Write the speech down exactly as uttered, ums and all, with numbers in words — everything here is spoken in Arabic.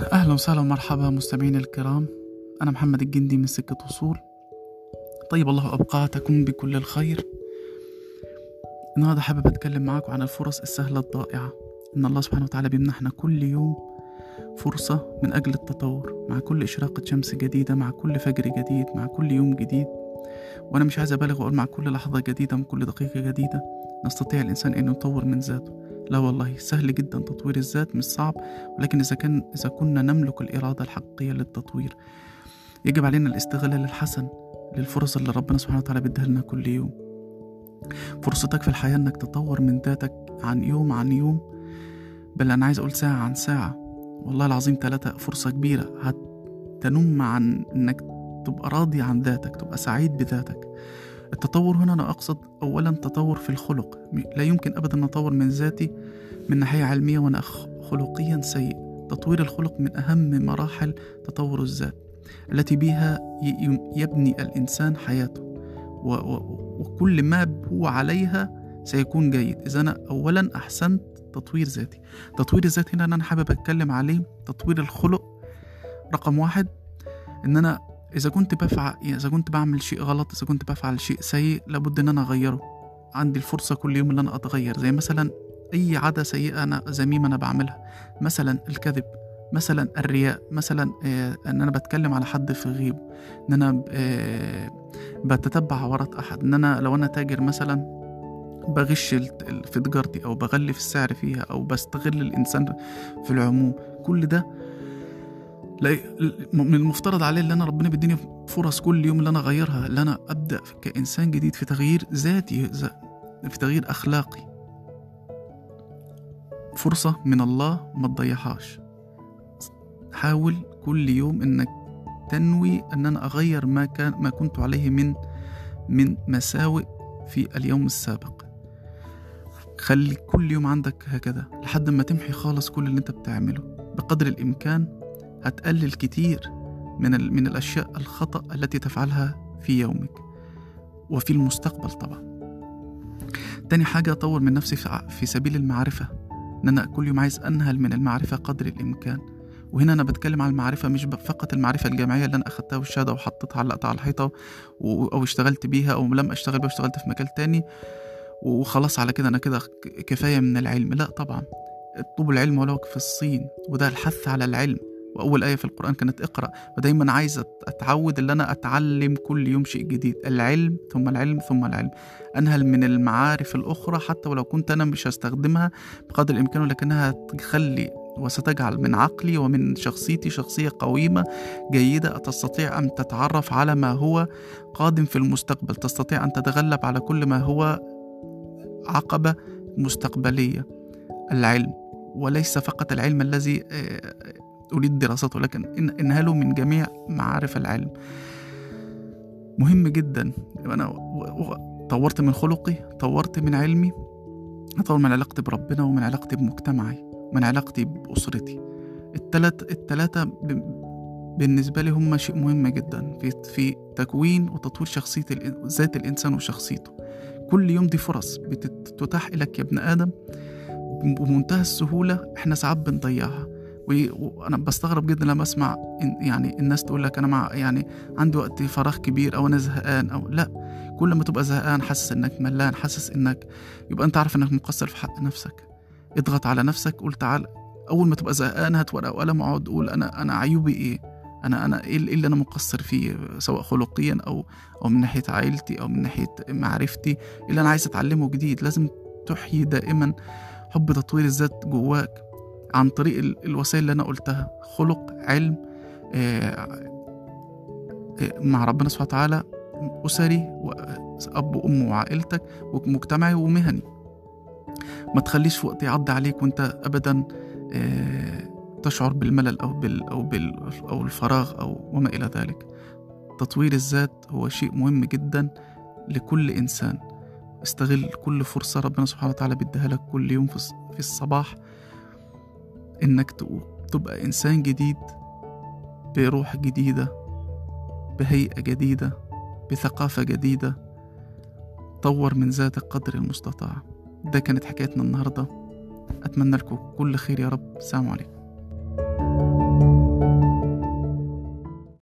أهلا وسهلا ومرحبا مستمعين الكرام. أنا محمد الجندي من سكة وصول. طيب الله أبقاتكم بكل الخير. النهاردة حابب أتكلم معاكم عن الفرص السهلة الضائعة. إن الله سبحانه وتعالى بيمنحنا كل يوم فرصة من أجل التطور، مع كل إشراقة شمس جديدة، مع كل فجر جديد، مع كل يوم جديد. وأنا مش عايز أبالغ وأقول مع كل لحظة جديدة، من كل دقيقة جديدة نستطيع الإنسان أن يطور من ذاته. لا والله سهل جدا تطوير الذات، مش صعب، ولكن إذا كان إذا كنا نملك الإرادة الحقيقية للتطوير. يجب علينا الاستغلال الحسن للفرص اللي ربنا سبحانه وتعالى بيديها لنا كل يوم. فرصتك في الحياة إنك تطور من ذاتك عن يوم عن يوم، بل أنا عايز أقول ساعة عن ساعة. والله العظيم ثلاثة فرصة كبيرة هتنم عن إنك تبقى راضي عن ذاتك، تبقى سعيد بذاتك. التطور هنا أنا أقصد أولا تطور في الخلق. لا يمكن أبدا نطور من ذاتي من ناحية علمية وأنا خلقيا سيء. تطوير الخلق من أهم مراحل تطور الذات، التي بها يبني الإنسان حياته، وكل ما هو عليها سيكون جيد إذا أنا أولا أحسنت تطوير ذاتي. تطوير الذات هنا أنا حابب أتكلم عليه تطوير الخلق. رقم واحد، إن أنا إذا كنت بفعل إذا كنت بعمل شيء غلط، إذا كنت بفعل شيء سيء، لابد إن أنا أغيره. عندي الفرصة كل يوم إن أنا أتغير. زي مثلا أي عادة سيئة أنا ذميمة أنا بعملها، مثلا الكذب، مثلا الرياء، مثلا آه ان انا بتكلم على حد في غيبه، ان انا آه بتتبع عورات احد، ان انا لو انا تاجر مثلا بغش في تجارتي او بغلي في السعر فيها او بستغل الانسان في العموم. كل ده من المفترض عليه اللي انا ربنا بيديني فرص كل يوم اللي انا اغيرها، اللي انا ابدا كانسان جديد في تغيير ذاتي، في تغيير اخلاقي. فرصة من الله ما تضيعهاش. حاول كل يوم انك تنوي ان انا اغير ما كان ما كنت عليه من من مساوئ في اليوم السابق. خلي كل يوم عندك هكذا لحد ما تمحي خالص كل اللي انت بتعمله. بقدر الامكان هتقلل كتير من ال... من الاشياء الخطأ التي تفعلها في يومك وفي المستقبل طبعا. تاني حاجة، اطور من نفسي في, في سبيل المعرفة. ان انا كل يوم عايز انهل من المعرفة قدر الامكان. وهنا أنا بتكلم عن المعرفة مش فقط المعرفة الجامعية اللي أنا أخدتها والشهادة وحطيتها علقتها على الحيطة أو اشتغلت بيها، أو لم أشتغل بيها اشتغلت في مجال تاني وخلاص على كده أنا كده كفاية من العلم. لا طبعا، اطلبوا العلم ولو في الصين، وده الحث على العلم. وأول آية في القرآن كانت اقرأ. ودايما عايز أتعود إن أنا أتعلم كل يوم شيء جديد. العلم ثم العلم ثم العلم. أنهل من المعارف الأخرى حتى ولو كنت أنا مش هستخدمها بقدر الإمكان، ولكنها تخلي وستجعل من عقلي ومن شخصيتي شخصية قويمة جيدة، تستطيع أن تتعرف على ما هو قادم في المستقبل، تستطيع أن تتغلب على كل ما هو عقبة مستقبلية. العلم، وليس فقط العلم الذي أريد دراسته، لكن انهله من جميع معارف العلم. مهم جدا. أنا طورت من خلقي، طورت من علمي، أطور من علاقتي بربنا ومن علاقتي بمجتمعي ومن علاقتي بأسرتي. التلات التلاتة بالنسبة لي هم شيء مهم جدا في في تكوين وتطوير شخصية ذات الإنسان وشخصيته. كل يوم دي فرص بتتاح لك يا ابن آدم بمنتهى السهولة، احنا ساعات بنضيعها. وانا بستغرب جدا لما اسمع يعني الناس تقول لك انا مع يعني عندي وقت فراغ كبير، او انا زهقان، او لا. كل ما تبقى زهقان، حاسس انك ملان، حاسس انك، يبقى انت عارف انك مقصر في حق نفسك. اضغط على نفسك، قول تعال. اول ما تبقى زهقان هات ورقه وقلم واقعد قول انا انا عيوبي ايه، انا انا ايه اللي انا مقصر فيه، سواء خلقيا او او من ناحيه عائلتي او من ناحيه معرفتي، اللي انا عايز اتعلمه جديد. لازم تحيي دائما حب تطوير الذات جواك عن طريق الوسائل اللي أنا قلتها: خلق، علم، مع ربنا سبحانه وتعالى، أسري، أب وأم وعائلتك ومجتمعي ومهني. ما تخليش في وقت يعدي عليك وانت أبدا تشعر بالملل أو, بال أو, بال أو الفراغ أو وما إلى ذلك. تطوير الذات هو شيء مهم جدا لكل إنسان. استغل كل فرصة ربنا سبحانه وتعالى بيديها لك كل يوم في الصباح، إنك تبقى إنسان جديد بروح جديدة، بهيئة جديدة، بثقافة جديدة. طور من ذاتك قدر المستطاع. ده كانت حكايتنا النهاردة. أتمنى لكم كل خير يا رب. السلام عليكم.